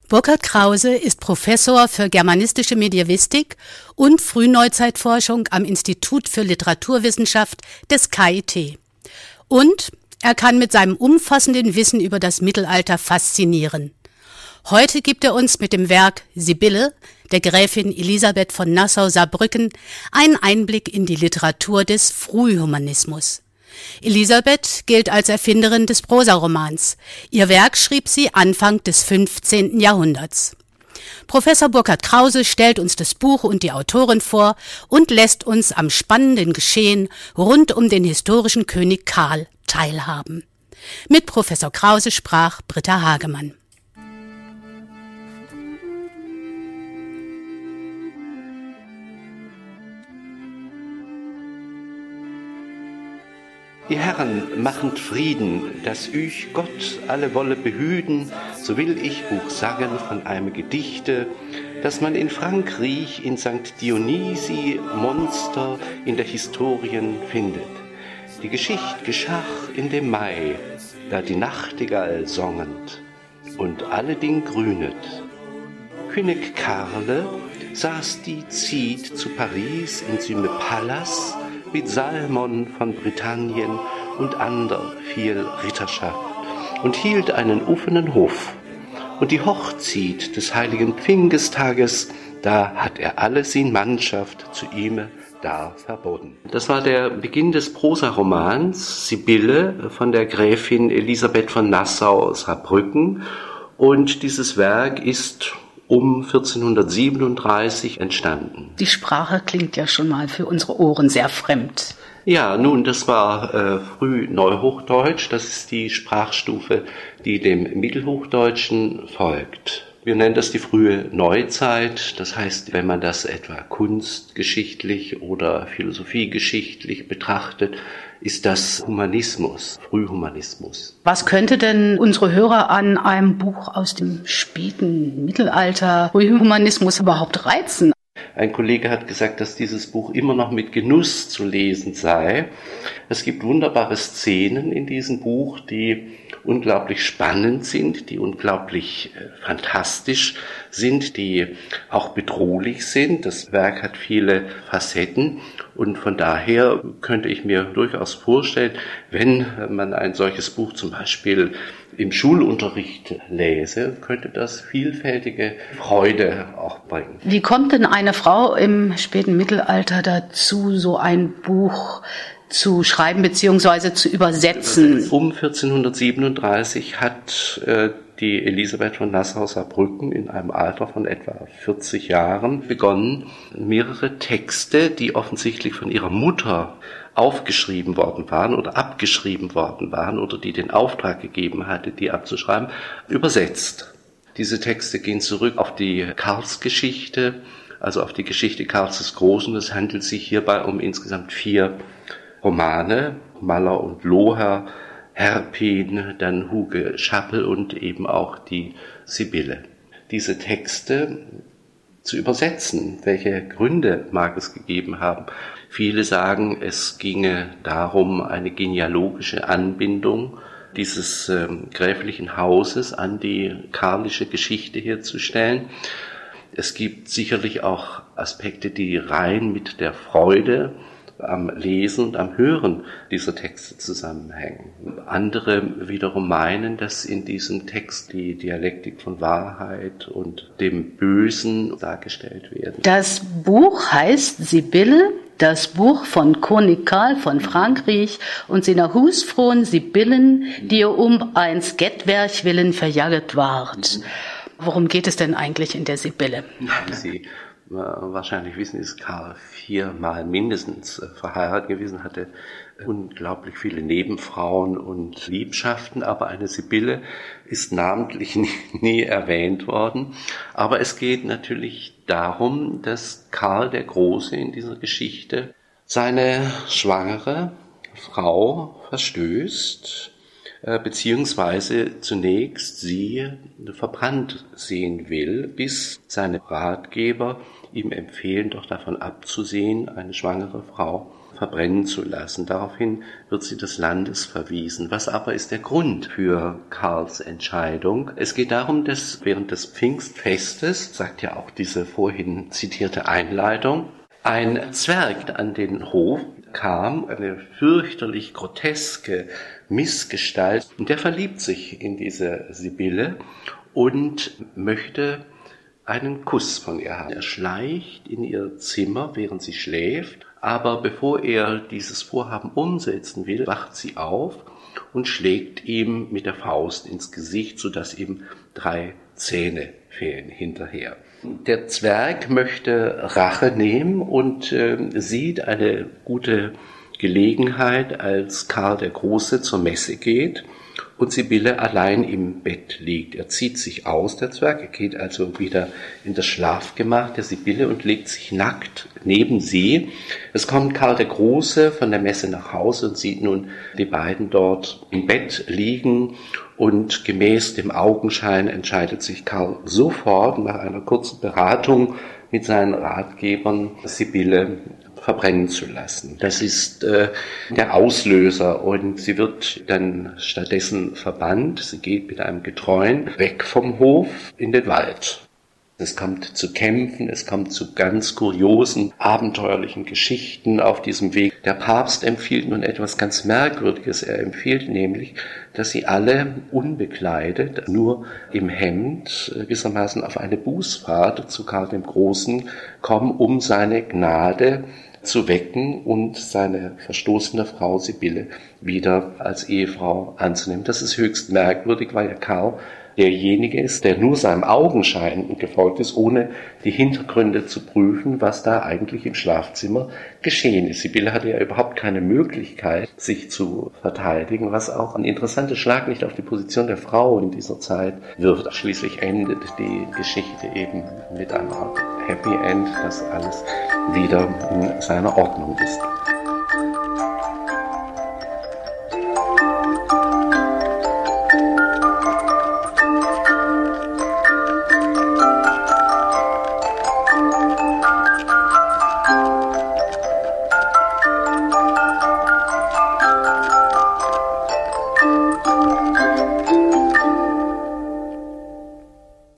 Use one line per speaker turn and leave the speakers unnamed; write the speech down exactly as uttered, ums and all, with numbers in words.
Burkhard Krause ist Professor für germanistische Medievistik und Frühneuzeitforschung am Institut für Literaturwissenschaft des K I T. Und er kann mit seinem umfassenden Wissen über das Mittelalter faszinieren. Heute gibt er uns mit dem Werk Sibylle der Gräfin Elisabeth von Nassau-Saarbrücken einen Einblick in die Literatur des Frühhumanismus. Elisabeth gilt als Erfinderin des Prosaromans. Ihr Werk schrieb sie Anfang des fünfzehnten Jahrhunderts. Professor Burkhard Krause stellt uns das Buch und die Autorin vor und lässt uns am spannenden Geschehen rund um den historischen König Karl teilhaben. Mit Professor Krause sprach Britta Hagemann.
Die Herren machend Frieden, dass üch Gott alle wolle behüten, so will ich Buch sagen von einem Gedichte, das man in Frankreich in Sankt Dionysi Monster in der Historien findet. Die Geschicht geschah in dem Mai, da die Nachtigall songend und alle Ding grünet. König Karle saß die Zeit zu Paris in süme Palas, mit Salmon von Britannien und ander viel Ritterschaft und hielt einen offenen Hof. Und die Hochzeit des heiligen Pfingestages, da hat er alle sin Mannschaft zu ihm da verboten. Das war der Beginn des Prosaromans Sibylle von der Gräfin Elisabeth von Nassau-Saarbrücken, und dieses Werk ist um vierzehnhundertsiebenunddreißig entstanden.
Die Sprache klingt ja schon mal für unsere Ohren sehr fremd.
Ja, nun, das war äh, früh Neuhochdeutsch. Das ist die Sprachstufe, die dem Mittelhochdeutschen folgt. Wir nennen das die frühe Neuzeit. Das heißt, wenn man das etwa kunstgeschichtlich oder philosophiegeschichtlich betrachtet, ist das Humanismus, Frühhumanismus.
Was könnte denn unsere Hörer an einem Buch aus dem späten Mittelalter, Frühhumanismus, überhaupt reizen?
Ein Kollege hat gesagt, dass dieses Buch immer noch mit Genuss zu lesen sei. Es gibt wunderbare Szenen in diesem Buch, die unglaublich spannend sind, die unglaublich äh, fantastisch sind, die auch bedrohlich sind. Das Werk hat viele Facetten und von daher könnte ich mir durchaus vorstellen, wenn man ein solches Buch zum Beispiel im Schulunterricht läse, könnte das vielfältige Freude auch bringen.
Wie kommt denn eine Frau im späten Mittelalter dazu, so ein Buch zu schreiben bzw. zu übersetzen?
Um vierzehnhundertsiebenunddreißig hat äh, die Elisabeth von Nassau-Saarbrücken in einem Alter von etwa vierzig Jahren begonnen, mehrere Texte, die offensichtlich von ihrer Mutter aufgeschrieben worden waren oder abgeschrieben worden waren oder die den Auftrag gegeben hatte, die abzuschreiben, übersetzt. Diese Texte gehen zurück auf die Karlsgeschichte, also auf die Geschichte Karls des Großen. Es handelt sich hierbei um insgesamt vier Romane, Maller und Loher, Herpin, dann Huge Schappel und eben auch die Sibylle. Diese Texte zu übersetzen, welche Gründe mag es gegeben haben? Viele sagen, es ginge darum, eine genealogische Anbindung dieses äh, gräflichen Hauses an die karlische Geschichte herzustellen. Es gibt sicherlich auch Aspekte, die rein mit der Freude am Lesen und am Hören dieser Texte zusammenhängen. Andere wiederum meinen, dass in diesem Text die Dialektik von Wahrheit und dem Bösen dargestellt werden.
Das Buch heißt Sibylle, das Buch von König Karl von Frankreich und seiner Husfrauen Sibyllen, die um eins Gettwerk willen verjaget ward. Worum geht es denn eigentlich in der Sibylle?
Sie wahrscheinlich wissen, ist Karl viermal mindestens verheiratet gewesen, hatte unglaublich viele Nebenfrauen und Liebschaften, aber eine Sibylle ist namentlich nie, nie erwähnt worden. Aber es geht natürlich darum, dass Karl der Große in dieser Geschichte seine schwangere Frau verstößt, beziehungsweise zunächst sie verbrannt sehen will, bis seine Ratgeber ihm empfehlen, doch davon abzusehen, eine schwangere Frau verbrennen zu lassen. Daraufhin wird sie des Landes verwiesen. Was aber ist der Grund für Karls Entscheidung? Es geht darum, dass während des Pfingstfestes, sagt ja auch diese vorhin zitierte Einleitung, ein Zwerg an den Hof kam, eine fürchterlich groteske Missgestalt, und der verliebt sich in diese Sibylle und möchte einen Kuss von ihr haben. Er schleicht in ihr Zimmer, während sie schläft, aber bevor er dieses Vorhaben umsetzen will, wacht sie auf und schlägt ihm mit der Faust ins Gesicht, sodass ihm drei Zähne fehlen hinterher. Der Zwerg möchte Rache nehmen und äh, sieht eine gute Gelegenheit, als Karl der Große zur Messe geht und Sibylle allein im Bett liegt. Er zieht sich aus, der Zwerg, er geht also wieder in das Schlafgemach der Sibylle und legt sich nackt neben sie. Es kommt Karl der Große von der Messe nach Hause und sieht nun die beiden dort im Bett liegen, und gemäß dem Augenschein entscheidet sich Karl sofort nach einer kurzen Beratung mit seinen Ratgebern, Sibylle verbrennen zu lassen. Das ist äh, der Auslöser, und sie wird dann stattdessen verbannt. Sie geht mit einem Getreuen weg vom Hof in den Wald. Es kommt zu Kämpfen, es kommt zu ganz kuriosen, abenteuerlichen Geschichten auf diesem Weg. Der Papst empfiehlt nun etwas ganz Merkwürdiges. Er empfiehlt nämlich, dass sie alle unbekleidet, nur im Hemd, gewissermaßen auf eine Bußfahrt zu Karl dem Großen kommen, um seine Gnade zu wecken und seine verstoßene Frau Sibylle wieder als Ehefrau anzunehmen. Das ist höchst merkwürdig, weil ja Karl derjenige ist, der nur seinem Augenschein gefolgt ist, ohne die Hintergründe zu prüfen, was da eigentlich im Schlafzimmer geschehen ist. Sibylle hatte ja überhaupt keine Möglichkeit, sich zu verteidigen, was auch ein interessantes Schlaglicht auf die Position der Frau in dieser Zeit wirft. Schließlich endet die Geschichte eben mit einem Happy End, dass alles wieder in seiner Ordnung ist.